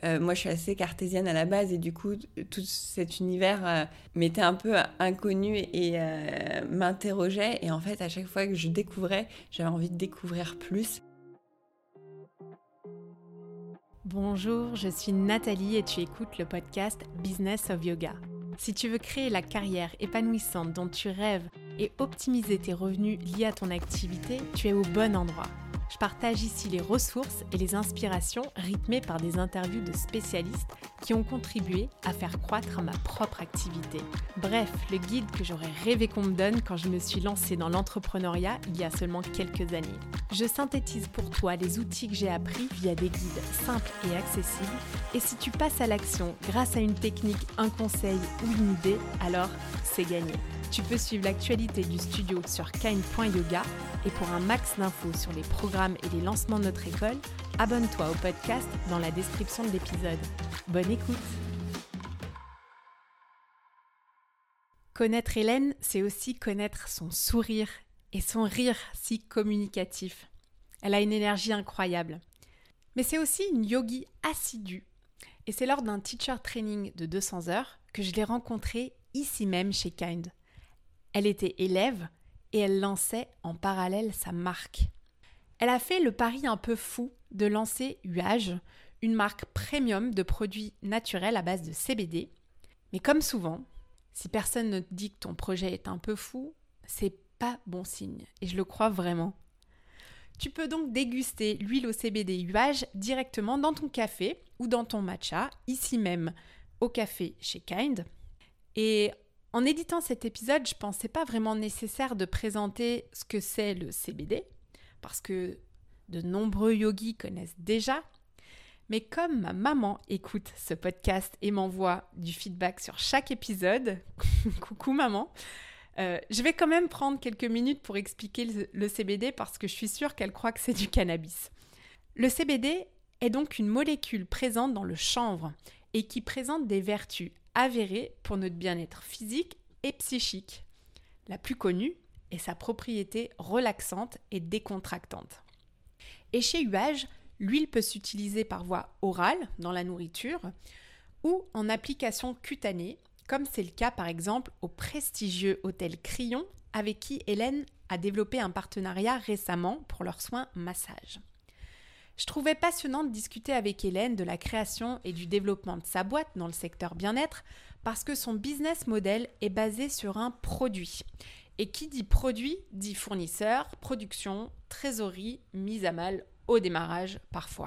moi, je suis assez cartésienne à la base et du coup, tout cet univers m'était un peu inconnu et m'interrogeait. Et en fait, à chaque fois que je découvrais, j'avais envie de découvrir plus. Bonjour, je suis Nathalie et tu écoutes le podcast Business of Yoga. Si tu veux créer la carrière épanouissante dont tu rêves et optimiser tes revenus liés à ton activité, tu es au bon endroit. Je partage ici les ressources et les inspirations rythmées par des interviews de spécialistes qui ont contribué à faire croître ma propre activité. Bref, le guide que j'aurais rêvé qu'on me donne quand je me suis lancée dans l'entrepreneuriat il y a seulement quelques années. Je synthétise pour toi les outils que j'ai appris via des guides simples et accessibles. Et si tu passes à l'action grâce à une technique, un conseil ou une idée, alors c'est gagné. Tu peux suivre l'actualité du studio sur kind.yoga et pour un max d'infos sur les programmes et les lancements de notre école, abonne-toi au podcast dans la description de l'épisode. Bonne écoute! Connaître Hélène, c'est aussi connaître son sourire et son rire si communicatif. Elle a une énergie incroyable. Mais c'est aussi une yogi assidue. Et c'est lors d'un teacher training de 200 heures que je l'ai rencontrée ici même chez Kind. Elle était élève et elle lançait en parallèle sa marque. Elle a fait le pari un peu fou de lancer UAGE, une marque premium de produits naturels à base de CBD. Mais comme souvent, si personne ne te dit que ton projet est un peu fou, c'est pas bon signe et je le crois vraiment. Tu peux donc déguster l'huile au CBD UAGE directement dans ton café ou dans ton matcha, ici même au café chez Kind. Et en éditant cet épisode, je ne pensais pas vraiment nécessaire de présenter ce que c'est le CBD, parce que de nombreux yogis connaissent déjà. Mais comme ma maman écoute ce podcast et m'envoie du feedback sur chaque épisode, coucou maman, je vais quand même prendre quelques minutes pour expliquer le CBD parce que je suis sûre qu'elle croit que c'est du cannabis. Le CBD est donc une molécule présente dans le chanvre et qui présente des vertus avérées pour notre bien-être physique et psychique. La plus connue est sa propriété relaxante et décontractante. Et chez UAGE, l'huile peut s'utiliser par voie orale dans la nourriture ou en application cutanée, comme c'est le cas par exemple au prestigieux hôtel Crillon avec qui Hélène a développé un partenariat récemment pour leurs soins massage. Je trouvais passionnant de discuter avec Hélène de la création et du développement de sa boîte dans le secteur bien-être parce que son business model est basé sur un produit. Et qui dit produit dit fournisseur, production, trésorerie, mise à mal au démarrage parfois.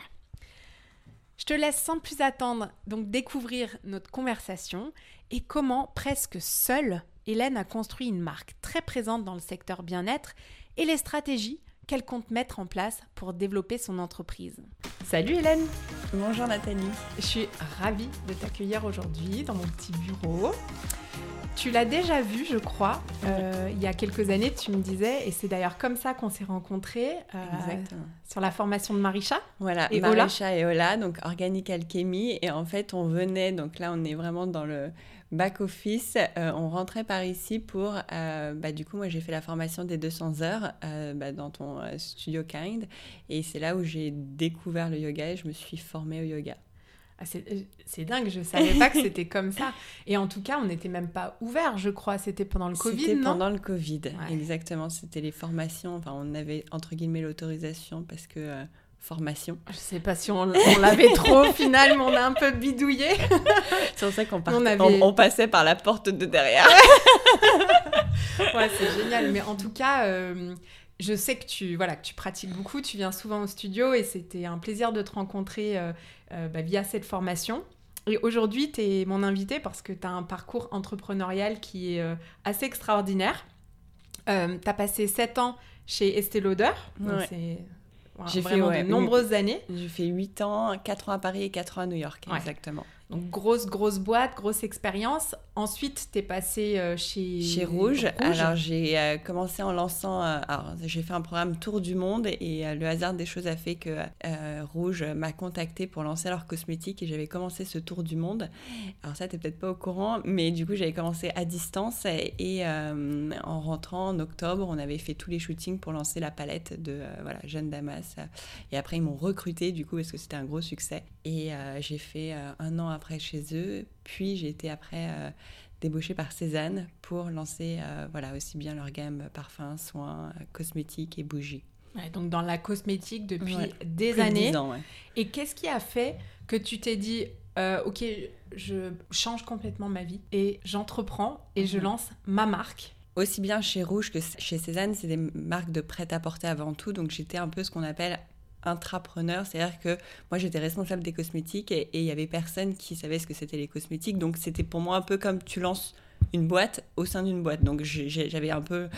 Je te laisse sans plus attendre donc découvrir notre conversation et comment presque seule Hélène a construit une marque très présente dans le secteur bien-être et les stratégies qu'elle compte mettre en place pour développer son entreprise. Salut Hélène! Bonjour Nathalie. Je suis ravie de t'accueillir aujourd'hui dans mon petit bureau. Tu l'as déjà vu, je crois, il y a quelques années, tu me disais, et c'est d'ailleurs comme ça qu'on s'est rencontrés sur la formation de Marisha. Voilà, et Marisha et Ola, donc Organic Alchemy. Et en fait, on venait, donc là, on est vraiment dans le back-office. On rentrait par ici pour, du coup, moi, j'ai fait la formation des 200 heures dans ton studio Kind. Et c'est là où j'ai découvert le yoga et je me suis formée au yoga. Ah, c'est dingue, je ne savais pas que c'était comme ça. Et en tout cas, on n'était même pas ouvert, je crois. C'était pendant le Covid, C'était pendant le Covid, exactement. C'était les formations. Enfin, on avait, entre guillemets, l'autorisation parce que formation. Je ne sais pas si on l'avait trop au final, mais on a un peu bidouillé. C'est pour ça qu'on passait par la porte de derrière. Ouais, c'est génial. Mais en tout cas... je sais que tu pratiques beaucoup, tu viens souvent au studio et c'était un plaisir de te rencontrer via cette formation. Et aujourd'hui, tu es mon invitée parce que tu as un parcours entrepreneurial qui est assez extraordinaire. Tu as passé 7 ans chez Estée Lauder, donc c'est j'ai vraiment de nombreuses années. J'ai fait 8 ans, 4 ans à Paris et 4 ans à New York, exactement. Donc, grosse boîte, grosse expérience. Ensuite, tu es passée chez Rouge. Alors, j'ai commencé en lançant... j'ai fait un programme Tour du Monde et le hasard des choses a fait que Rouge m'a contactée pour lancer leur cosmétique et j'avais commencé ce Tour du Monde. Alors ça, tu n'es peut-être pas au courant, mais du coup, j'avais commencé à distance et en rentrant en octobre, on avait fait tous les shootings pour lancer la palette de Jeanne Damas. Et après, ils m'ont recrutée du coup parce que c'était un gros succès. et j'ai fait 1 an après chez eux. Puis j'ai été après débauchée par Cézanne pour lancer aussi bien leur gamme parfums, soins, cosmétiques et bougies. Ouais, donc dans la cosmétique depuis des années. 10 ans, ouais. Et qu'est-ce qui a fait que tu t'es dit ok, je change complètement ma vie et j'entreprends et je lance ma marque? Aussi bien chez Rouge que chez Cézanne, c'est des marques de prêt-à-porter avant tout. Donc j'étais un peu ce qu'on appelle intrapreneur, c'est-à-dire que moi j'étais responsable des cosmétiques et il y avait personne qui savait ce que c'était les cosmétiques. Donc c'était pour moi un peu comme tu lances une boîte au sein d'une boîte. Donc j'avais un peu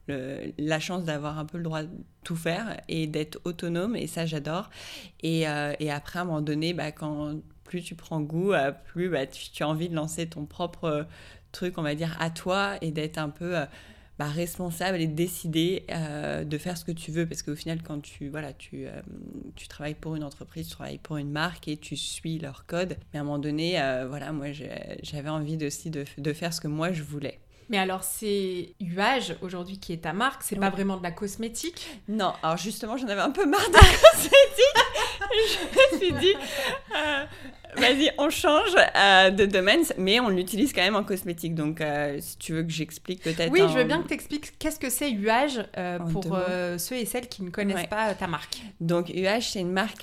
la chance d'avoir un peu le droit de tout faire et d'être autonome, et ça j'adore. Et après à un moment donné, quand plus tu prends goût, plus tu as envie de lancer ton propre truc, on va dire, à toi, et d'être un peu responsable et de décider de faire ce que tu veux, parce qu'au final quand tu travailles pour une entreprise, tu travailles pour une marque et tu suis leur code, mais à un moment donné moi j'avais envie aussi de faire ce que moi je voulais. Mais alors, c'est Huage, aujourd'hui, qui est ta marque. C'est pas vraiment de la cosmétique? Non, alors justement, j'en avais un peu marre de la cosmétique. Je me suis dit, vas-y, on change de domaine, mais on l'utilise quand même en cosmétique. Donc, si tu veux que j'explique peut-être... Oui, je veux bien que tu expliques qu'est-ce que c'est Huage pour ceux et celles qui ne connaissent pas ta marque. Donc, Huage, c'est une marque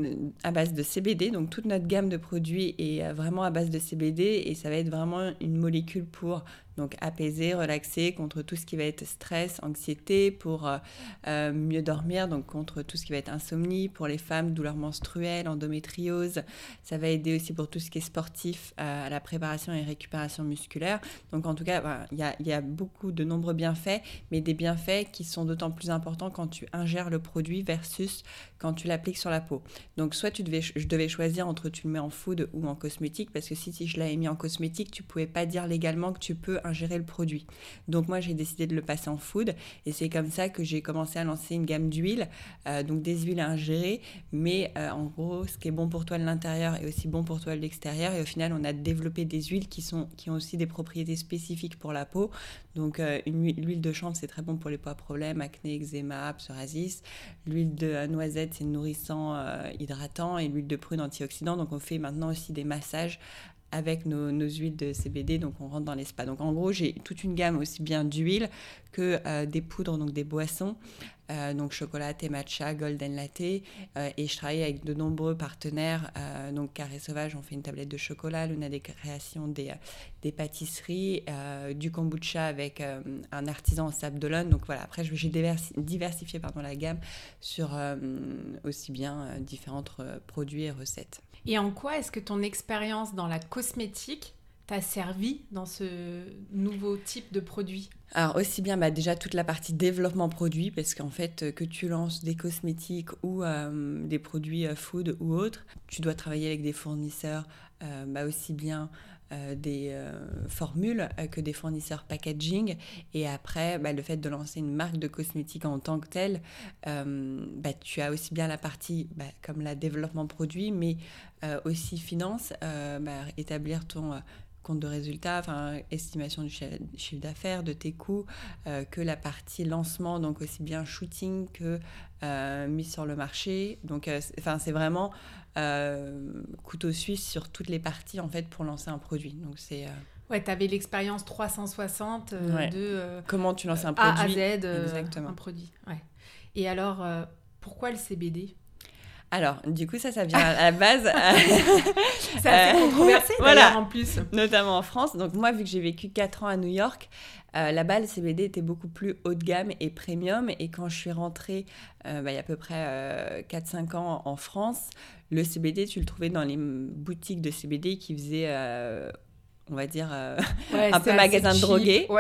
à base de CBD. Donc, toute notre gamme de produits est vraiment à base de CBD, et ça va être vraiment une molécule pour... Donc apaiser, relaxer contre tout ce qui va être stress, anxiété, pour mieux dormir, donc contre tout ce qui va être insomnie, pour les femmes, douleurs menstruelles, endométriose. Ça va aider aussi pour tout ce qui est sportif, à la préparation et récupération musculaire. Donc en tout cas, il y a beaucoup de nombreux bienfaits, mais des bienfaits qui sont d'autant plus importants quand tu ingères le produit versus quand tu l'appliques sur la peau. Donc soit je devais choisir entre tu le mets en food ou en cosmétique, parce que si je l'avais mis en cosmétique, tu pouvais pas dire légalement que tu peux ingérer le produit. Donc moi j'ai décidé de le passer en food, et c'est comme ça que j'ai commencé à lancer une gamme d'huiles, donc des huiles à ingérer, mais en gros ce qui est bon pour toi de l'intérieur est aussi bon pour toi de l'extérieur, et au final on a développé des huiles qui ont aussi des propriétés spécifiques pour la peau. Donc l'huile de chanvre, c'est très bon pour les peaux à problème, acné, eczéma, psoriasis. L'huile de noisette, c'est nourrissant, hydratant, et l'huile de prune, antioxydant. Donc on fait maintenant aussi des massages avec nos huiles de CBD, donc on rentre dans les spas. Donc en gros, j'ai toute une gamme aussi bien d'huiles que des poudres, donc des boissons, donc chocolat, thé matcha, golden latte, et je travaille avec de nombreux partenaires, donc Carré Sauvage, on fait une tablette de chocolat, Luna des créations, des pâtisseries, du kombucha avec un artisan en Sable d'Olonne. Donc voilà, après j'ai diversifié la gamme sur aussi bien différents produits et recettes. Et en quoi est-ce que ton expérience dans la cosmétique t'a servi dans ce nouveau type de produit? Alors aussi bien déjà toute la partie développement produit, parce qu'en fait que tu lances des cosmétiques ou des produits food ou autres, tu dois travailler avec des fournisseurs aussi bien des formules que des fournisseurs packaging, et après le fait de lancer une marque de cosmétiques en tant que telle, tu as aussi bien la partie comme la développement produit, mais aussi finance, établir ton compte de résultats, estimation du chiffre d'affaires, de tes coûts, que la partie lancement, donc aussi bien shooting que mise sur le marché. Donc c'est vraiment couteau suisse sur toutes les parties en fait pour lancer un produit. Donc c'est ouais, tu avais l'expérience 360 de comment tu lances un produit A à Z, exactement. Un produit. Ouais. Et alors pourquoi le CBD? Alors, du coup, ça vient à la base... c'est assez controversé, d'ailleurs, en plus. Notamment en France. Donc, moi, vu que j'ai vécu 4 ans à New York, là-bas, le CBD était beaucoup plus haut de gamme et premium. Et quand je suis rentrée, il y a à peu près 4-5 ans en France, le CBD, tu le trouvais dans les boutiques de CBD qui faisaient... on va dire, un peu magasin de drogués. Ouais.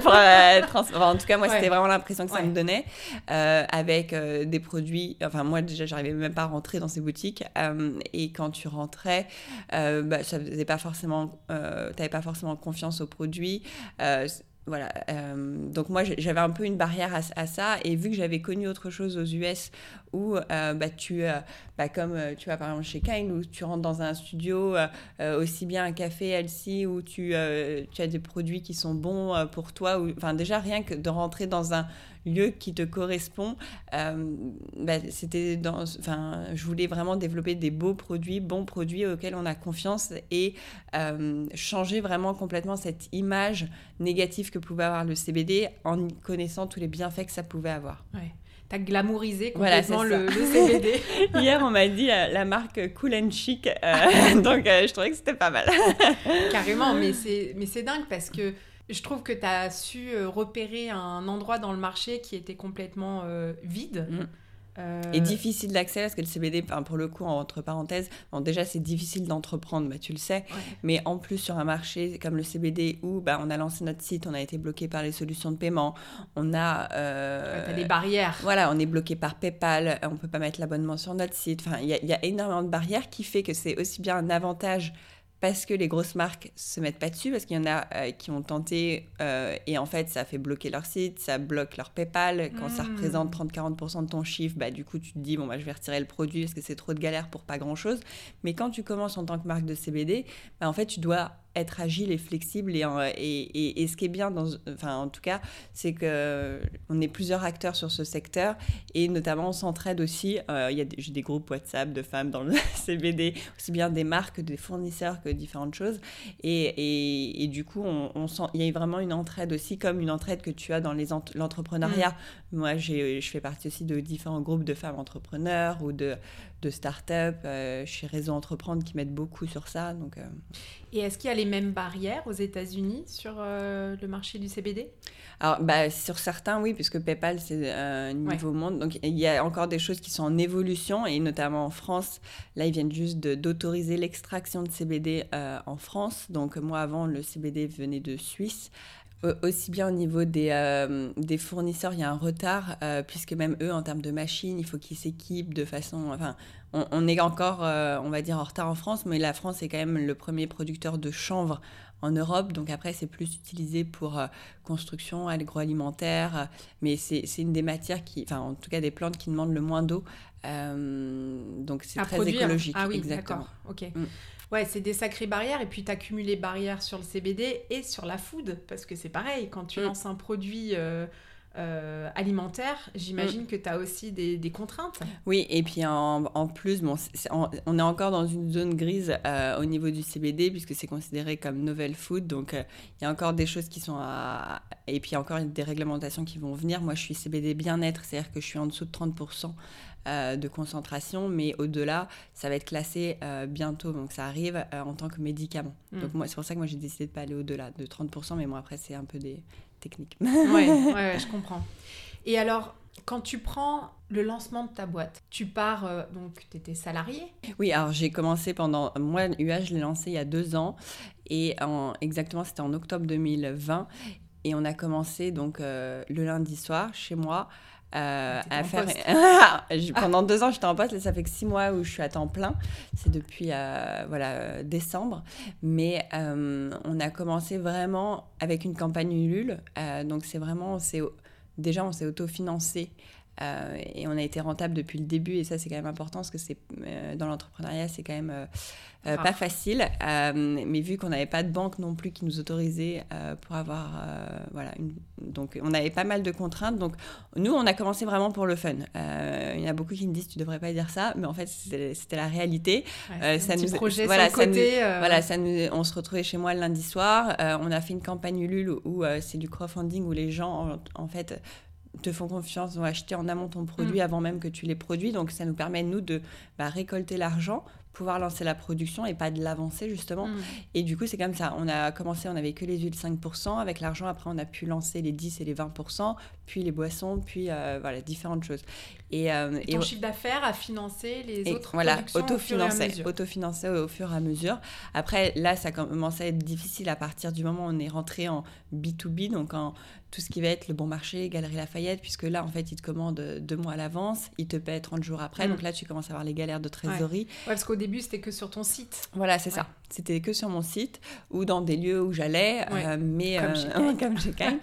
En tout cas, moi, c'était vraiment l'impression que ça me donnait. Avec des produits... Enfin, moi, déjà, j'arrivais même pas à rentrer dans ces boutiques. Et quand tu rentrais, ça faisait pas forcément... t'avais pas forcément confiance aux produits. voilà. Donc moi, j'avais un peu une barrière à ça. Et vu que j'avais connu autre chose aux US où comme tu vois par exemple chez Kind, où tu rentres dans un studio, aussi bien un café Elsie où tu as des produits qui sont bons pour toi. Enfin déjà rien que de rentrer dans un lieu qui te correspond, je voulais vraiment développer des bons produits auxquels on a confiance et changer vraiment complètement cette image négative que pouvait avoir le CBD en connaissant tous les bienfaits que ça pouvait avoir. Ouais. T'as glamourisé complètement le CBD. Hier, on m'a dit la marque Cool and Chic, donc je trouvais que c'était pas mal. Carrément, mais c'est dingue parce que je trouve que tu as su repérer un endroit dans le marché qui était complètement vide. Et difficile d'accès parce que le CBD, pour le coup, entre parenthèses, déjà c'est difficile d'entreprendre, tu le sais, mais en plus sur un marché comme le CBD où on a lancé notre site, on a été bloqué par les solutions de paiement, on a... t'as des barrières. Voilà, on est bloqué par PayPal, on ne peut pas mettre l'abonnement sur notre site, il y a énormément de barrières qui fait que c'est aussi bien un avantage parce que les grosses marques se mettent pas dessus, parce qu'il y en a qui ont tenté et en fait ça fait bloquer leur site, ça bloque leur PayPal. Quand ça représente 30-40% de ton chiffre, du coup tu te dis je vais retirer le produit parce que c'est trop de galère pour pas grand chose. Mais quand tu commences en tant que marque de CBD, en fait tu dois être agile et flexible et ce qui est bien en tout cas c'est que on est plusieurs acteurs sur ce secteur et notamment on s'entraide aussi. J'ai des groupes WhatsApp de femmes dans le CBD, aussi bien des marques, des fournisseurs que différentes choses et du coup on sent il y a vraiment une entraide aussi comme une entraide que tu as dans l'entrepreneuriat. Moi je fais partie aussi de différents groupes de femmes entrepreneurs ou de start-up chez Réseau Entreprendre qui m'aident beaucoup sur ça. Donc, Et est-ce qu'il y a les mêmes barrières aux États-Unis sur le marché du CBD ? Alors, sur certains, oui, puisque PayPal, c'est niveau monde. Donc, il y a encore des choses qui sont en évolution, et notamment en France. Là, ils viennent juste d'autoriser l'extraction de CBD en France. Donc, moi, avant, le CBD venait de Suisse. Aussi bien au niveau des fournisseurs, il y a un retard, puisque même eux, en termes de machines, il faut qu'ils s'équipent de façon... Enfin, on est encore, on va dire, en retard en France, mais la France est quand même le premier producteur de chanvre en Europe. Donc après, c'est plus utilisé pour construction, agroalimentaire, mais c'est une des matières en tout cas des plantes qui demandent le moins d'eau. Donc c'est très écologique. Ah oui, exactement. D'accord, ok. Ouais, c'est des sacrées barrières. Et puis, tu as cumulé barrières sur le CBD et sur la food. Parce que c'est pareil, quand tu lances un produit alimentaire, j'imagine que tu as aussi des contraintes. Oui, et puis en plus, on est encore dans une zone grise au niveau du CBD, puisque c'est considéré comme novel food. Donc, il y a encore des choses qui sont et puis encore des réglementations qui vont venir. Moi, je suis CBD bien-être, c'est-à-dire que je suis en dessous de 30%. De concentration, mais au-delà, ça va être classé bientôt, donc ça arrive en tant que médicament. Donc moi, c'est pour ça que moi j'ai décidé de pas aller au-delà de 30%, mais moi après c'est un peu des techniques. Ouais, je comprends. Et alors, quand tu prends le lancement de ta boîte, tu pars, donc tu étais salarié ? Oui, alors j'ai commencé moi UA, je l'ai lancé il y a 2 ans, et exactement c'était en octobre 2020, et on a commencé donc le lundi soir chez moi, à faire pendant 2 ans j'étais en poste, et ça fait que 6 mois où je suis à temps plein, c'est depuis décembre, mais on a commencé vraiment avec une campagne Ulule, donc c'est vraiment on s'est autofinancé et on a été rentable depuis le début, et ça c'est quand même important parce que c'est dans l'entrepreneuriat c'est quand même pas facile, mais vu qu'on n'avait pas de banque non plus qui nous autorisait pour avoir donc on avait pas mal de contraintes, donc nous on a commencé vraiment pour le fun. Il y en a beaucoup qui me disent tu devrais pas dire ça, mais en fait c'était la réalité. Ça nous projet sur le côté, on se retrouvait chez moi le lundi soir, on a fait une campagne Ulule où c'est du crowdfunding où les gens en fait te font confiance, vont acheter en amont ton produit avant même que tu les produis. Donc, ça nous permet, nous, de récolter l'argent, pouvoir lancer la production et pas de l'avancer, justement. Et du coup, c'est comme ça. On a commencé, on n'avait que les huiles 5%. Avec l'argent, après, on a pu lancer les 10 et les 20%, puis les boissons, puis différentes choses. Et ton chiffre d'affaires a financé les autres productions autofinancé au fur et à mesure. Après, là, ça commence à être difficile à partir du moment où on est rentré en B2B, donc en tout ce qui va être le Bon Marché, Galeries Lafayette, puisque là, en fait, ils te commandent 2 mois à l'avance, ils te paient 30 jours après. Donc là, tu commences à avoir les galères de trésorerie. Ouais, parce qu'au début, début, c'était que sur ton site. Voilà, c'est ça. C'était que sur mon site ou dans des lieux où j'allais, mais comme chez Kine.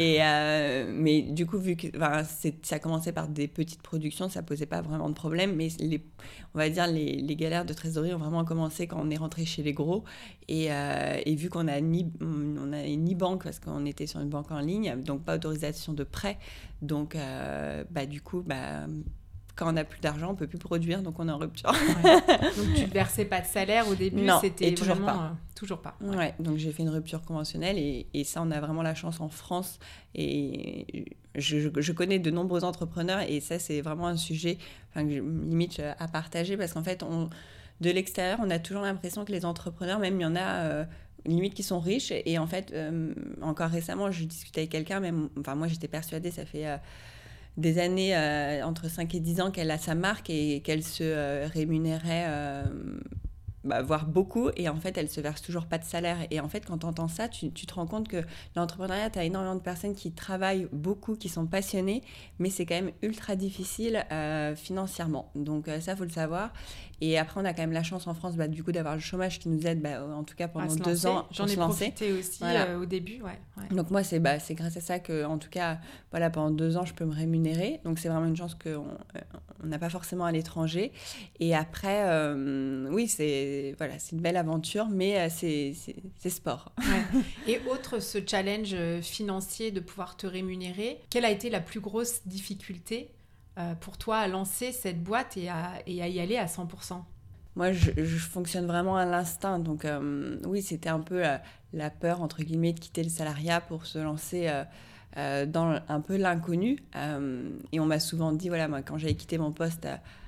Mais du coup, vu que ça commençait par des petites productions, ça posait pas vraiment de problème. Mais on va dire les galères de trésorerie ont vraiment commencé quand on est rentré chez les gros. Et vu qu'on a ni banque, parce qu'on était sur une banque en ligne, donc pas autorisation de prêt. Donc, du coup, quand on n'a plus d'argent, on ne peut plus produire, donc on est en rupture. Donc, tu ne versais pas de salaire au début? Non, c'était et toujours vraiment, pas. Toujours pas. Ouais, donc j'ai fait une rupture conventionnelle et ça, on a vraiment la chance en France. Et je connais de nombreux entrepreneurs et ça, c'est vraiment un sujet limite à partager parce qu'en fait, de l'extérieur, on a toujours l'impression que les entrepreneurs, même il y en a... limite qui sont riches et en fait encore récemment je discutais avec quelqu'un moi j'étais persuadée ça fait des années entre 5 et 10 ans qu'elle a sa marque et qu'elle se rémunérait voire beaucoup et en fait elle se verse toujours pas de salaire et en fait quand tu entends ça tu te rends compte que l'entrepreneuriat tu as énormément de personnes qui travaillent beaucoup qui sont passionnées mais c'est quand même ultra difficile financièrement donc ça faut le savoir et après on a quand même la chance en France du coup d'avoir le chômage qui nous aide en tout cas pendant 2 ans j'en ai profité aussi au début donc moi c'est grâce à ça que en tout cas pendant 2 ans je peux me rémunérer donc c'est vraiment une chance qu'on n'a pas forcément à l'étranger et après oui c'est une belle aventure, mais c'est sport. Et autre ce challenge financier de pouvoir te rémunérer, quelle a été la plus grosse difficulté pour toi à lancer cette boîte et à y aller à 100%? Moi, je fonctionne vraiment à l'instinct. Donc, oui, c'était un peu la peur, entre guillemets, de quitter le salariat pour se lancer dans un peu l'inconnu. Et on m'a souvent dit, moi, quand j'avais quitté mon poste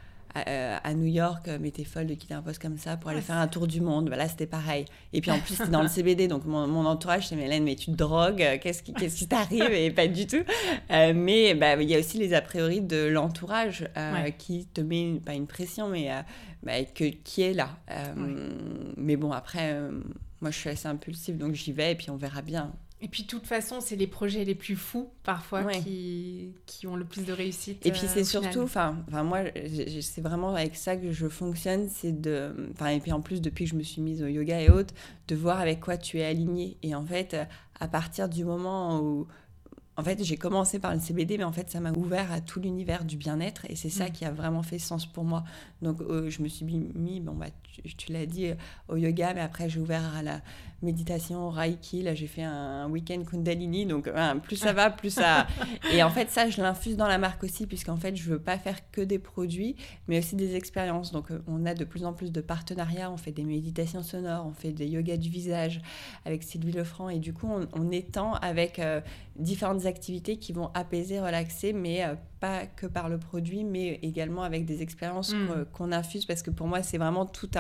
à New York, mais t'es folle de quitter un poste comme ça pour aller faire un tour du monde. Là, c'était pareil. Et puis en plus, c'était dans le CBD, donc mon entourage, c'est Hélène, mais tu te drogues, qu'est-ce qui t'arrive? Et pas du tout. Mais il y a aussi les a priori de l'entourage qui te met pas une pression, mais qui est là. Mais bon, après, moi, je suis assez impulsive, donc j'y vais et puis on verra bien. Et puis, de toute façon, c'est les projets les plus fous, parfois, qui ont le plus de réussite. Et puis, c'est surtout, moi, c'est vraiment avec ça que je fonctionne, et puis en plus, depuis que je me suis mise au yoga et autres, de voir avec quoi tu es alignée. Et en fait, à partir du moment où... En fait, j'ai commencé par le CBD, mais en fait, ça m'a ouvert à tout l'univers du bien-être et c'est ça qui a vraiment fait sens pour moi. Donc, je me suis mis, tu l'as dit, au yoga, mais après, j'ai ouvert à la méditation, au Reiki. Là, j'ai fait un week-end Kundalini, donc plus ça va, plus ça... Et en fait, ça, je l'infuse dans la marque aussi, puisqu'en fait, je veux pas faire que des produits, mais aussi des expériences. Donc, on a de plus en plus de partenariats, on fait des méditations sonores, on fait des yogas du visage avec Sylvie Lefranc, et du coup, on étend avec différentes activités qui vont apaiser, relaxer, mais pas que par le produit, mais également avec des expériences qu'on infuse, parce que pour moi, c'est vraiment tout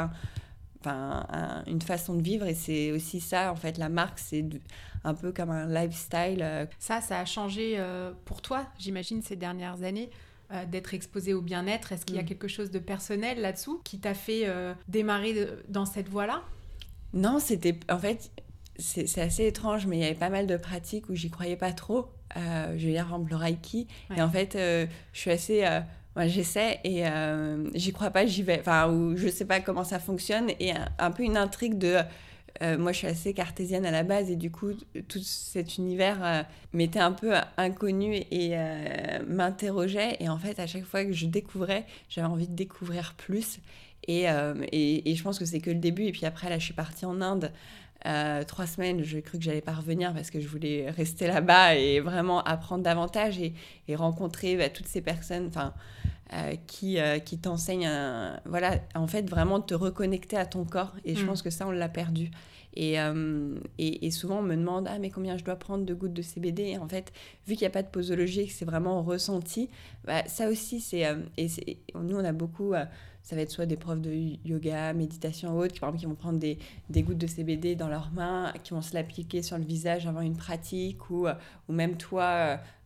une façon de vivre, et c'est aussi ça, en fait, la marque, c'est un peu comme un lifestyle. Ça a changé pour toi, j'imagine, ces dernières années, d'être exposée au bien-être. Est-ce qu'il y a quelque chose de personnel là-dessous qui t'a fait démarrer dans cette voie-là? Non, c'était... En fait... C'est assez étrange, mais il y avait pas mal de pratiques où j'y croyais pas trop. Je vais dire, par exemple, le Reiki. Et en fait, je suis assez... j'essaie et j'y crois pas, j'y vais. Ou je sais pas comment ça fonctionne. Et un peu une intrigue de... moi, je suis assez cartésienne à la base. Et du coup, tout cet univers m'était un peu inconnu et m'interrogeait. Et en fait, à chaque fois que je découvrais, j'avais envie de découvrir plus. Et je pense que c'est que le début. Et puis après, là, je suis partie en Inde. 3 semaines, j'ai cru que j'allais pas revenir parce que je voulais rester là-bas et vraiment apprendre davantage et rencontrer toutes ces personnes qui t'enseignent en fait vraiment te reconnecter à ton corps et je pense que ça on l'a perdu et souvent on me demande mais combien je dois prendre de gouttes de CBD et en fait vu qu'il n'y a pas de posologie et que c'est vraiment ressenti ça aussi c'est nous on a beaucoup ça va être soit des profs de yoga, méditation ou autres, par exemple, qui vont prendre des gouttes de CBD dans leurs mains, qui vont se l'appliquer sur le visage avant une pratique, ou même toi,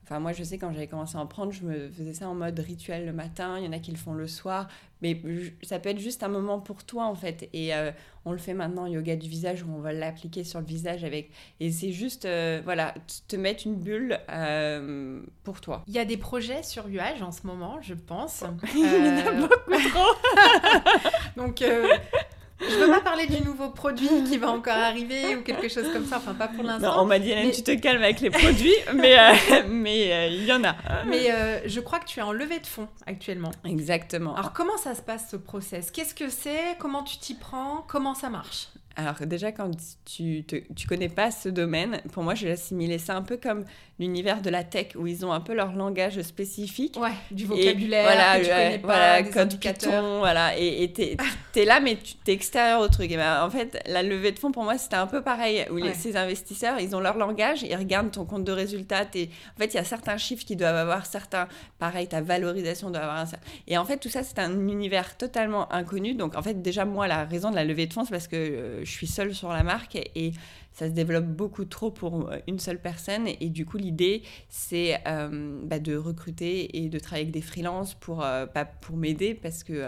Enfin, moi, je sais, quand j'avais commencé à en prendre, je me faisais ça en mode rituel le matin. Il y en a qui le font le soir. Mais ça peut être juste un moment pour toi, en fait. Et on le fait maintenant, yoga du visage, où on va l'appliquer sur le visage avec... Et c'est juste, voilà, te mettre une bulle pour toi. Il y a des projets sur UAGE en ce moment, je pense. Il y en a beaucoup trop. Donc... je veux pas parler du nouveau produit qui va encore arriver ou quelque chose comme ça, enfin pas pour l'instant. Non, on m'a dit, Hélène, tu te calmes avec les produits, mais il y en a. Mais je crois que tu es en levée de fonds actuellement. Exactement. Alors comment ça se passe ce process ? Qu'est-ce que c'est ? Comment tu t'y prends ? Comment ça marche ? Alors déjà, quand tu connais pas ce domaine, pour moi, je vais assimiler ça un peu comme l'univers de la tech, où ils ont un peu leur langage spécifique. Ouais, du vocabulaire voilà, que tu connais pas, voilà, des code indicateurs. Python, voilà, et t'es là, mais t'es extérieur au truc. Et ben, en fait, la levée de fonds, pour moi, c'était un peu pareil, où ces investisseurs, ils ont leur langage, ils regardent ton compte de résultats. En fait, il y a certains chiffres qui doivent avoir pareil, ta valorisation doit avoir et en fait, tout ça, c'est un univers totalement inconnu. Donc, en fait, déjà, moi, la raison de la levée de fonds, c'est parce que je suis seule sur la marque et ça se développe beaucoup trop pour une seule personne. Et du coup, l'idée, c'est de recruter et de travailler avec des freelances pour m'aider, parce que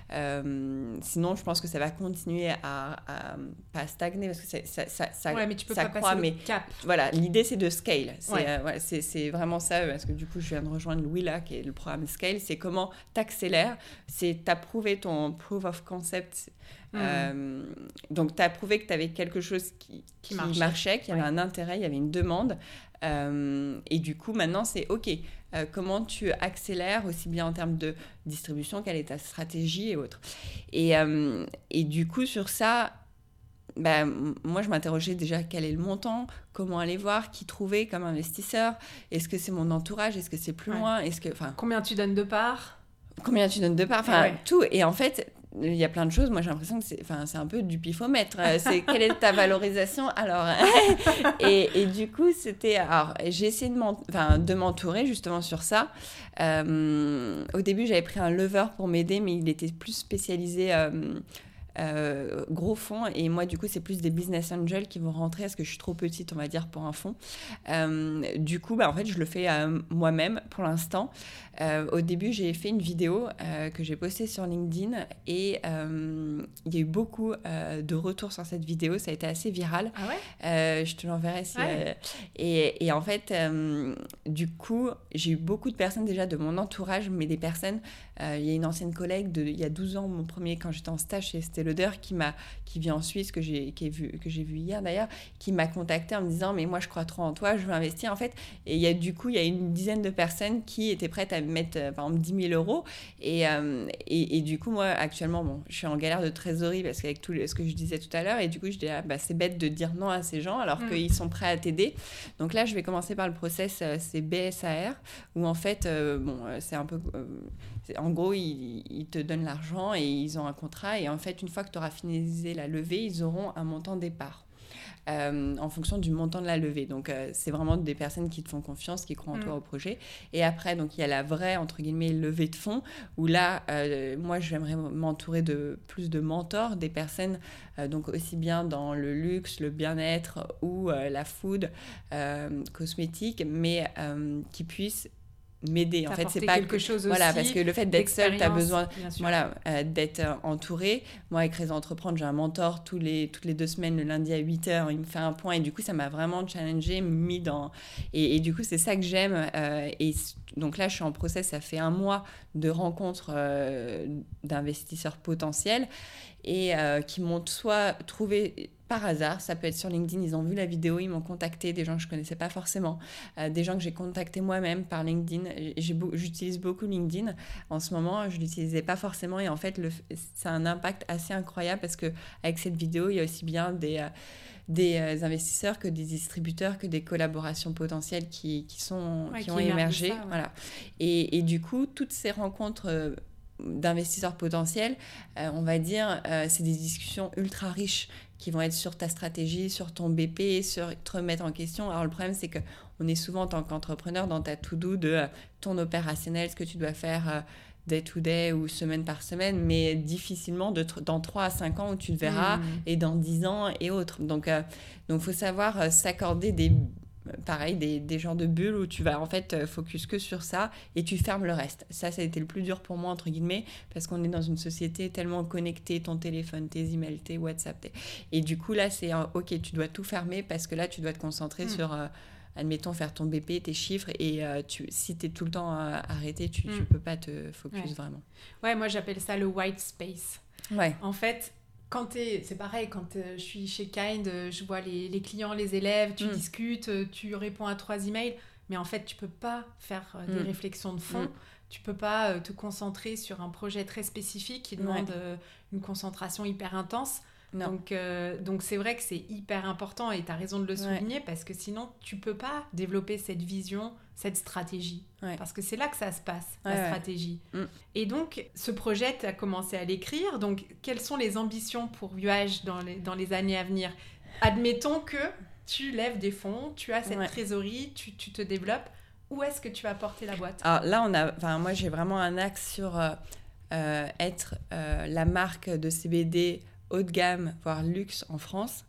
sinon, je pense que ça va continuer à pas stagner, parce que ça ouais, mais tu peux ça pas croît, passer le cap. Voilà, l'idée, c'est de scale. C'est vraiment ça, parce que du coup, je viens de rejoindre Louis, là, qui est le programme Scale. C'est comment t'accélères, c'est t'approuver ton proof of concept. Donc, tu as prouvé que tu avais quelque chose qui marchait, qu'il y avait un intérêt, il y avait une demande. Et du coup, maintenant, c'est OK. Comment tu accélères aussi bien en termes de distribution, quelle est ta stratégie et autres. Et du coup, sur ça, moi, je m'interrogeais déjà quel est le montant, comment aller voir, qui trouver comme investisseur. Est-ce que c'est mon entourage ? Est-ce que c'est plus loin ? Combien tu donnes de parts ? Combien tu donnes de parts ? Tout. Et en fait... Il y a plein de choses. Moi, j'ai l'impression que c'est un peu du pifomètre. C'est quelle est ta valorisation ? Alors, et du coup, j'ai essayé de m'entourer justement sur ça. Au début, j'avais pris un lever pour m'aider, mais il était plus spécialisé gros fonds, et moi du coup c'est plus des business angels qui vont rentrer parce que je suis trop petite, on va dire, pour un fonds. Du coup en fait je le fais moi-même pour l'instant. Au début j'ai fait une vidéo que j'ai postée sur LinkedIn, et il y a eu beaucoup de retours sur cette vidéo, ça a été assez viral. Ah ouais je te l'enverrai si, et en fait du coup j'ai eu beaucoup de personnes déjà de mon entourage, mais des personnes, il y a une ancienne collègue il y a 12 ans, mon premier, quand j'étais en stage chez Estée Lauder, qui vit en Suisse, que j'ai vu hier d'ailleurs, qui m'a contactée en me disant mais moi je crois trop en toi, je veux investir en fait. Et il y a une dizaine de personnes qui étaient prêtes à mettre par exemple 10 000 euros, et du coup moi actuellement je suis en galère de trésorerie parce qu'avec tout ce que je disais tout à l'heure, et du coup je dis c'est bête de dire non à ces gens alors qu'ils sont prêts à t'aider. Donc là je vais commencer par le process, c'est BSAR, où en fait c'est un peu en gros ils te donnent l'argent et ils ont un contrat, et en fait une fois que tu auras finalisé la levée, ils auront un montant départ en fonction du montant de la levée. Donc c'est vraiment des personnes qui te font confiance, qui croient en toi, au projet. Et après donc il y a la vraie entre guillemets levée de fonds, où là moi j'aimerais m'entourer de plus de mentors, des personnes donc aussi bien dans le luxe, le bien-être ou la food, cosmétique, mais qui puissent m'aider. En fait, c'est pas quelque chose voilà, aussi, parce que le fait d'être seul, tu as besoin d'être entouré. Moi, avec Réseau Entreprendre, j'ai un mentor toutes les 2 semaines, le lundi à 8h, il me fait un point, et du coup, ça m'a vraiment challengée, mis dans... Et du coup, c'est ça que j'aime. Et donc là, je suis en process, ça fait 1 mois de rencontres d'investisseurs potentiels, et qui m'ont soit trouvé par hasard, ça peut être sur LinkedIn, ils ont vu la vidéo, ils m'ont contacté, des gens que je ne connaissais pas forcément, des gens que j'ai contactés moi-même par LinkedIn. J'utilise beaucoup LinkedIn en ce moment, je ne l'utilisais pas forcément, et en fait ça a un impact assez incroyable, parce qu'avec cette vidéo, il y a aussi bien des investisseurs que des distributeurs, que des collaborations potentielles qui ont émergé. Ça, ouais. Voilà. Et du coup, toutes ces rencontres d'investisseurs potentiels, on va dire, c'est des discussions ultra riches qui vont être sur ta stratégie, sur ton BP, sur te remettre en question. Alors le problème, c'est qu'on est souvent en tant qu'entrepreneur dans ta to-do de ton opérationnel, ce que tu dois faire day to day ou semaine par semaine, mais difficilement dans 3 à 5 ans où tu te verras, et dans 10 ans et autres. Donc faut savoir s'accorder pareil, des genres de bulles où tu vas en fait focus que sur ça et tu fermes le reste. Ça a été le plus dur pour moi, entre guillemets, parce qu'on est dans une société tellement connectée, ton téléphone, tes emails, tes WhatsApp. Et du coup, là, c'est OK, tu dois tout fermer parce que là, tu dois te concentrer sur, admettons, faire ton BP, tes chiffres. Et si tu es tout le temps arrêté, tu peux pas te focus vraiment. Ouais, moi, j'appelle ça le white space. Ouais. En fait, c'est pareil, quand je suis chez Kind, je vois les clients, les élèves, tu discutes, tu réponds à 3 emails, mais en fait, tu peux pas faire des réflexions de fond, tu peux pas te concentrer sur un projet très spécifique qui demande une concentration hyper intense. Donc c'est vrai que c'est hyper important et tu as raison de le souligner parce que sinon, tu peux pas développer cette vision, cette stratégie. Parce que c'est là que ça se passe, la stratégie. Et donc, ce projet, tu as commencé à l'écrire. Donc, quelles sont les ambitions pour UH dans les années à venir ? Admettons que tu lèves des fonds, tu as cette trésorerie, tu te développes. Où est-ce que tu vas porter la boîte ? Alors là, moi, j'ai vraiment un axe sur être la marque de CBD haut de gamme, voire luxe en France.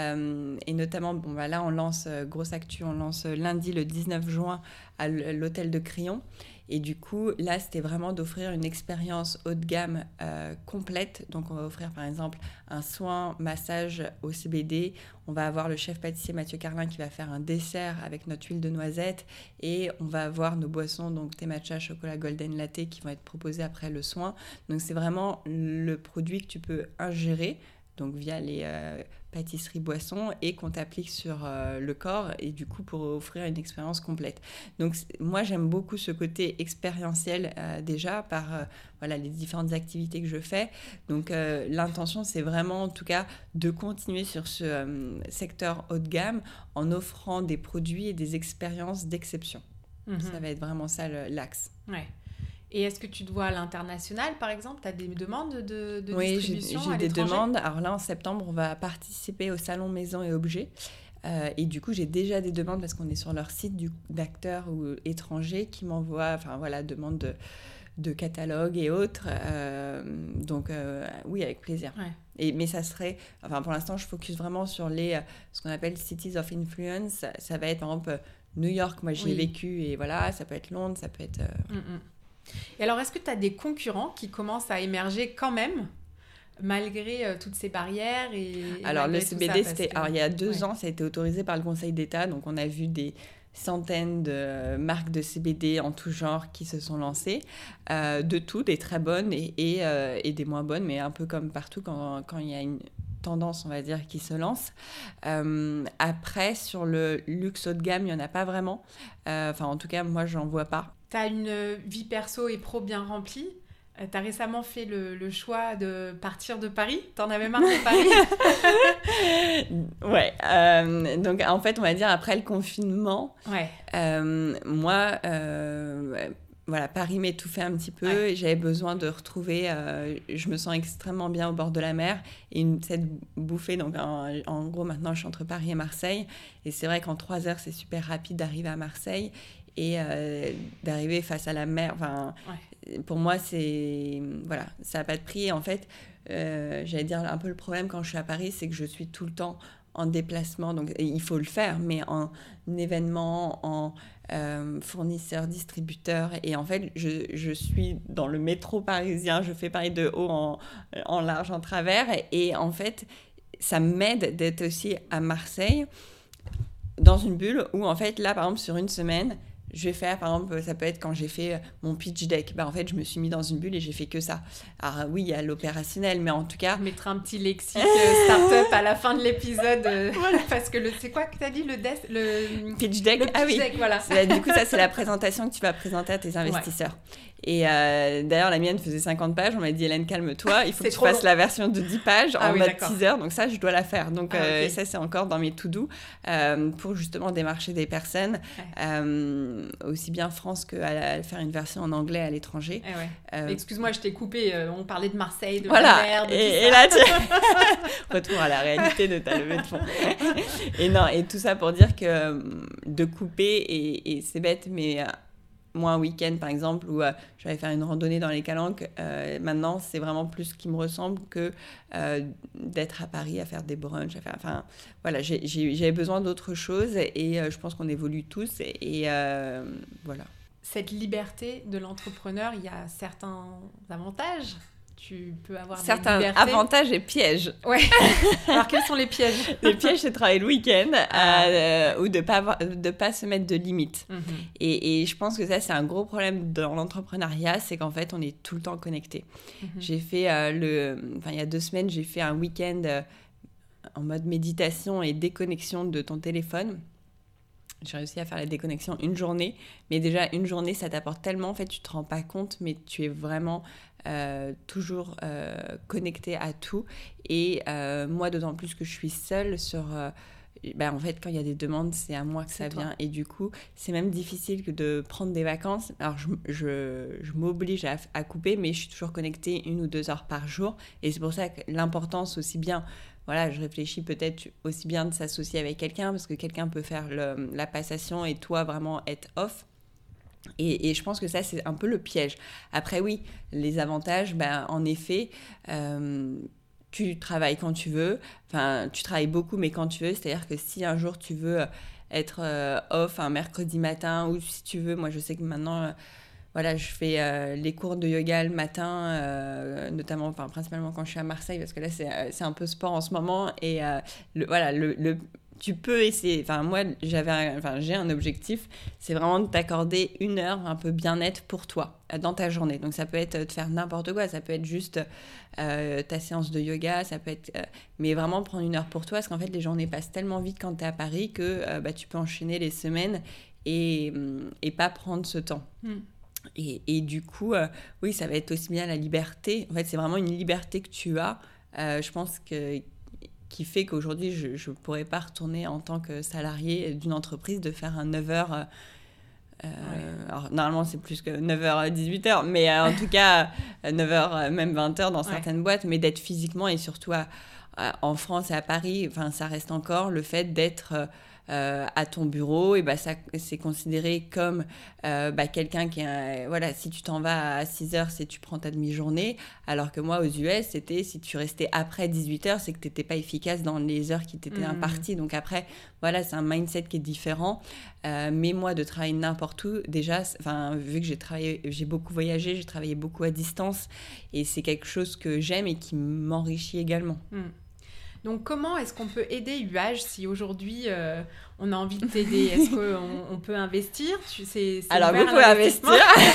Et notamment, là, on lance, grosse actu, on lance lundi le 19 juin à l'hôtel de Crillon. Et du coup, là, c'était vraiment d'offrir une expérience haut de gamme complète. Donc, on va offrir, par exemple, un soin massage au CBD. On va avoir le chef pâtissier Mathieu Carlin qui va faire un dessert avec notre huile de noisette. Et on va avoir nos boissons, donc thé matcha, chocolat golden latte, qui vont être proposés après le soin. Donc, c'est vraiment le produit que tu peux ingérer, donc via les pâtisseries boissons, et qu'on t'applique sur le corps, et du coup pour offrir une expérience complète. Donc moi j'aime beaucoup ce côté expérientiel déjà par les différentes activités que je fais. Donc l'intention c'est vraiment en tout cas de continuer sur ce secteur haut de gamme en offrant des produits et des expériences d'exception. Ça va être vraiment ça l'axe. Ouais. Et est-ce que tu te vois à l'international, par exemple ? Tu as des demandes de distribution à l'étranger ? Oui, j'ai des demandes. Alors là, en septembre, on va participer au Salon Maison et Objets. Et du coup, j'ai déjà des demandes parce qu'on est sur leur site d'acteurs ou étrangers qui m'envoient demandes de catalogues et autres. Donc, oui, avec plaisir. Ouais. Mais ça serait... pour l'instant, je focus vraiment sur ce qu'on appelle Cities of Influence. Ça va être, par exemple, New York. Moi, j'y ai vécu. Et voilà, ça peut être Londres, ça peut être... Et alors, est-ce que tu as des concurrents qui commencent à émerger quand même, malgré toutes ces barrières Alors, le CBD, il y a 2 ans, ça a été autorisé par le Conseil d'État. Donc, on a vu des centaines de marques de CBD en tout genre qui se sont lancées. De tout, des très bonnes et des moins bonnes, mais un peu comme partout quand il y a une tendance, on va dire, qui se lance. Après, sur le luxe haut de gamme, il n'y en a pas vraiment. En tout cas, moi, je n'en vois pas. Tu as une vie perso et pro bien remplie. Tu as récemment fait le choix de partir de Paris. Tu en avais marre de Paris ? Ouais. Donc, en fait, on va dire, après le confinement, moi, Paris m'étouffait un petit peu. Ouais. J'avais besoin de retrouver... je me sens extrêmement bien au bord de la mer. Et cette bouffée, donc en gros, maintenant, je suis entre Paris et Marseille. Et c'est vrai qu'en 3 heures, c'est super rapide d'arriver à Marseille. Et d'arriver face à la mer, pour moi, c'est... Voilà, ça n'a pas de prix. Et en fait, j'allais dire, un peu le problème quand je suis à Paris, c'est que je suis tout le temps en déplacement. Donc, il faut le faire, mais en événement, en fournisseur, distributeur. Et en fait, je suis dans le métro parisien. Je fais Paris de haut en large, en travers. Et en fait, ça m'aide d'être aussi à Marseille, dans une bulle où, en fait, là, par exemple, sur une semaine... Je vais faire, par exemple, ça peut être quand j'ai fait mon pitch deck. En fait, je me suis mis dans une bulle et j'ai fait que ça. Alors oui, il y a l'opérationnel, mais en tout cas... On mettra un petit lexique start-up à la fin de l'épisode. Parce que c'est quoi que tu as dit, le pitch deck. Le pitch deck, voilà. Du coup, ça, c'est la présentation que tu vas présenter à tes investisseurs. Ouais. Et d'ailleurs, la mienne faisait 50 pages. On m'a dit, Hélène, calme-toi. Il faut que tu fasses la version de 10 pages en mode teaser. Donc ça, je dois la faire. Donc ça, c'est encore dans mes to-do pour justement démarcher des personnes. Ouais. Aussi bien France qu'à faire une version en anglais à l'étranger. Excuse-moi, je t'ai coupé. On parlait de Marseille, de la mer, de et là, retour à la réalité de ta levée de fonds. Et tout ça pour dire que de couper, et c'est bête, mais moi, un week-end, par exemple, où j'allais faire une randonnée dans les Calanques, maintenant, c'est vraiment plus ce qui me ressemble que d'être à Paris à faire des brunchs. Enfin, voilà, j'avais besoin d'autre chose et je pense qu'on évolue tous. Et voilà. Cette liberté de l'entrepreneur, il y a certains avantages. Tu peux avoir certains des libertés. Avantages et pièges. Ouais. Alors, quels sont les pièges? Les pièges, c'est de travailler le week-end ou de pas se mettre de limites. Et je pense que ça, c'est un gros problème dans l'entrepreneuriat, c'est qu'en fait, on est tout le temps connecté. J'ai fait il y a 2 semaines, j'ai fait un week-end en mode méditation et déconnexion de ton téléphone. J'ai réussi à faire la déconnexion une journée, mais déjà une journée, ça t'apporte tellement, en fait, tu te rends pas compte, mais tu es vraiment toujours connecté à tout. Et moi, d'autant plus que je suis seule sur... en fait, quand il y a des demandes, c'est à moi que ça vient. Et du coup, c'est même difficile que de prendre des vacances. Alors, je m'oblige à couper, mais je suis toujours connectée 1 ou 2 heures par jour. Et c'est pour ça que l'importance aussi bien... Voilà, je réfléchis peut-être aussi bien de s'associer avec quelqu'un, parce que quelqu'un peut faire la passation et toi vraiment être off. Et je pense que ça, c'est un peu le piège. Après, oui, les avantages, en effet, tu travailles quand tu veux. Enfin, tu travailles beaucoup, mais quand tu veux. C'est-à-dire que si un jour tu veux être off un mercredi matin, ou si tu veux, moi je sais que maintenant... Voilà, je fais les cours de yoga le matin, notamment, principalement quand je suis à Marseille, parce que là, c'est un peu sport en ce moment. Et tu peux essayer. Enfin, moi, j'ai un objectif, c'est vraiment de t'accorder 1 heure un peu bien-être pour toi dans ta journée. Donc, ça peut être de faire n'importe quoi. Ça peut être juste ta séance de yoga. Ça peut être... mais vraiment prendre 1 heure pour toi, parce qu'en fait, les journées passent tellement vite quand tu es à Paris que tu peux enchaîner les semaines et pas prendre ce temps. Et du coup, oui, ça va être aussi bien la liberté. En fait, c'est vraiment une liberté que tu as, je pense, qui fait qu'aujourd'hui, je ne pourrais pas retourner en tant que salarié d'une entreprise, de faire un 9h. Alors, normalement, c'est plus que 9h, 18h, mais en tout cas, 9h, même 20h dans certaines boîtes, mais d'être physiquement et surtout en France et à Paris, ça reste encore le fait d'être... à ton bureau, et ça, c'est considéré comme quelqu'un qui est... voilà, si tu t'en vas à 6h, c'est tu prends ta demi-journée, alors que moi, aux US, c'était si tu restais après 18h, c'est que tu n'étais pas efficace dans les heures qui t'étaient imparties. Donc après, voilà, c'est un mindset qui est différent. Mais moi, de travailler n'importe où, déjà, vu que j'ai beaucoup voyagé, j'ai travaillé beaucoup à distance, et c'est quelque chose que j'aime et qui m'enrichit également. Donc, comment est-ce qu'on peut aider UH si aujourd'hui on a envie de t'aider? Est-ce qu'on peut investir? Alors, vous pouvez investir.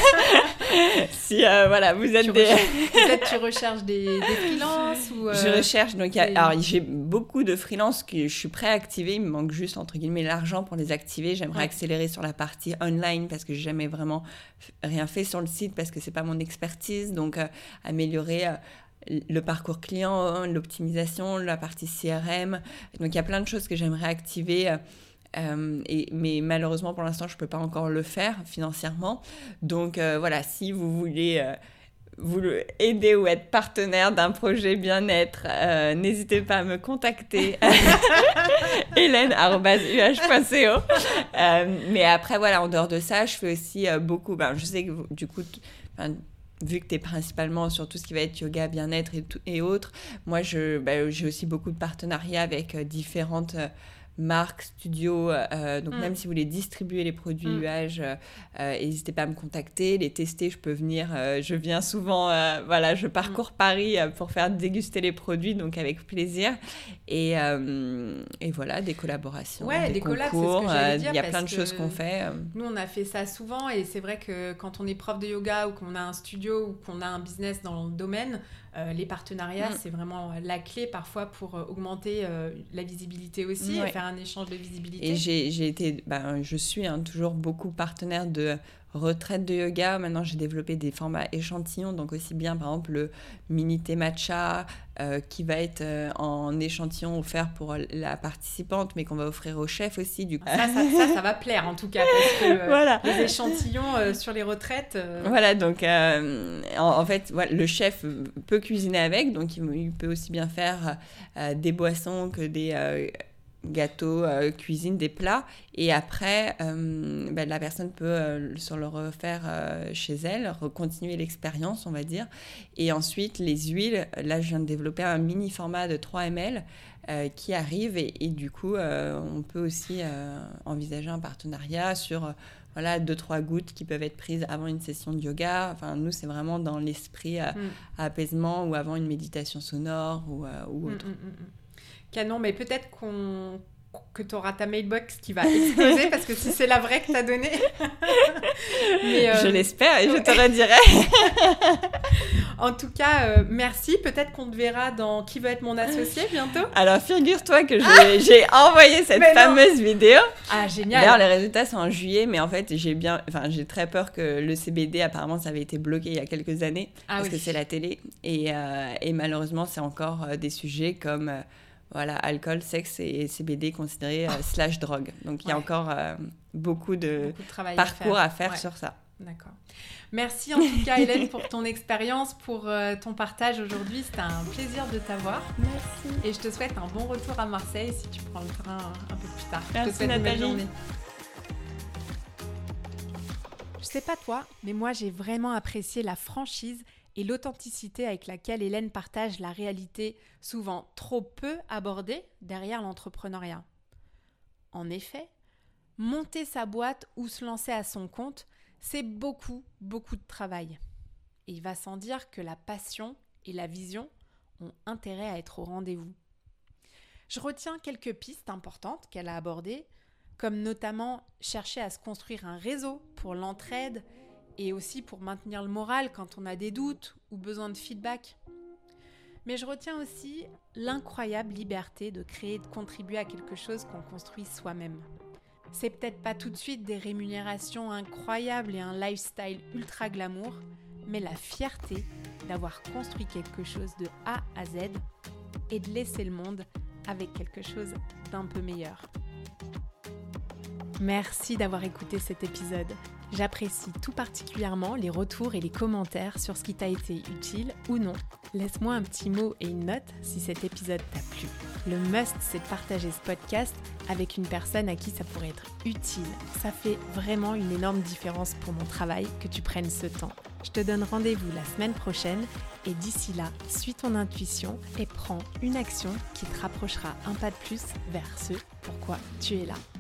Si vous êtes peut-être tu recherches des freelances ou Je recherche. Donc, alors, j'ai beaucoup de freelances que je suis prêt à activer. Il me manque juste, entre guillemets, l'argent pour les activer. J'aimerais accélérer sur la partie online parce que j'ai jamais vraiment rien fait sur le site parce que c'est pas mon expertise. Donc, améliorer... le parcours client, l'optimisation, la partie CRM. Donc, il y a plein de choses que j'aimerais activer. Mais malheureusement, pour l'instant, je ne peux pas encore le faire financièrement. Donc, si vous voulez vous aider ou être partenaire d'un projet bien-être, n'hésitez pas à me contacter. hélène@uh.co. Mais après, en dehors de ça, je fais aussi beaucoup... je sais que du coup... vu que tu es principalement sur tout ce qui va être yoga, bien-être et autres, moi, j'ai aussi beaucoup de partenariats avec différentes marques, studios. Donc, même si vous voulez distribuer les produits UH, n'hésitez pas à me contacter, les tester. Je peux venir. Je viens souvent. Je parcours Paris pour faire déguster les produits, donc avec plaisir. Et voilà, des collaborations, des concours. C'est ce que j'allais dire, il y a plein de choses qu'on fait. Nous, on a fait ça souvent, et c'est vrai que quand on est prof de yoga ou qu'on a un studio ou qu'on a un business dans le domaine, les partenariats, c'est vraiment la clé parfois pour augmenter la visibilité aussi et faire un échange de visibilité. Et j'ai été, je suis toujours beaucoup partenaire de retraite de yoga. Maintenant, j'ai développé des formats échantillons, donc aussi bien par exemple le mini thé matcha qui va être en échantillon offert pour la participante, mais qu'on va offrir au chef aussi. Du coup. Ça va plaire en tout cas, parce que les échantillons sur les retraites... Voilà, donc en fait, le chef peut cuisiner avec, donc il peut aussi bien faire des boissons que gâteaux, cuisine, des plats. Et après, la personne peut se le refaire chez elle, continuer l'expérience, on va dire. Et ensuite, les huiles, là, je viens de développer un mini format de 3 ml qui arrive. Et du coup, on peut aussi envisager un partenariat sur 2-3 gouttes qui peuvent être prises avant une session de yoga. Enfin, nous, c'est vraiment dans l'esprit apaisement ou avant une méditation sonore ou autre. Canon, mais peut-être que tu auras ta mailbox qui va exploser parce que si c'est la vraie que tu as donnée. Mais, je l'espère et je te redirai. En tout cas, merci. Peut-être qu'on te verra dans Qui veut être mon associé bientôt. Alors, figure-toi que j'ai envoyé cette fameuse vidéo. Ah, génial. D'ailleurs, les résultats sont en juillet, mais en fait, j'ai très peur que le CBD, apparemment, ça avait été bloqué il y a quelques années parce que c'est la télé. Et malheureusement, c'est encore des sujets comme... alcool, sexe et CBD considérés / drogue. Donc, il y a encore beaucoup de parcours à faire sur ça. D'accord. Merci en tout cas, Hélène, pour ton expérience, pour ton partage aujourd'hui. C'était un plaisir de t'avoir. Merci. Et je te souhaite un bon retour à Marseille si tu prends le train un peu plus tard. Merci, je te souhaite Nathalie. une belle journée. Je sais pas toi, mais moi, j'ai vraiment apprécié la franchise et l'authenticité avec laquelle Hélène partage la réalité souvent trop peu abordée derrière l'entrepreneuriat. En effet, monter sa boîte ou se lancer à son compte, c'est beaucoup de travail. Et il va sans dire que la passion et la vision ont intérêt à être au rendez-vous. Je retiens quelques pistes importantes qu'elle a abordées, comme notamment chercher à se construire un réseau pour l'entraide et aussi pour maintenir le moral quand on a des doutes ou besoin de feedback. Mais je retiens aussi l'incroyable liberté de créer et de contribuer à quelque chose qu'on construit soi-même. C'est peut-être pas tout de suite des rémunérations incroyables et un lifestyle ultra glamour, mais la fierté d'avoir construit quelque chose de A à Z et de laisser le monde avec quelque chose d'un peu meilleur. Merci d'avoir écouté cet épisode. J'apprécie tout particulièrement les retours et les commentaires sur ce qui t'a été utile ou non. Laisse-moi un petit mot et une note si cet épisode t'a plu. Le must, c'est de partager ce podcast avec une personne à qui ça pourrait être utile. Ça fait vraiment une énorme différence pour mon travail que tu prennes ce temps. Je te donne rendez-vous la semaine prochaine et d'ici là, suis ton intuition et prends une action qui te rapprochera un pas de plus vers ce pourquoi tu es là.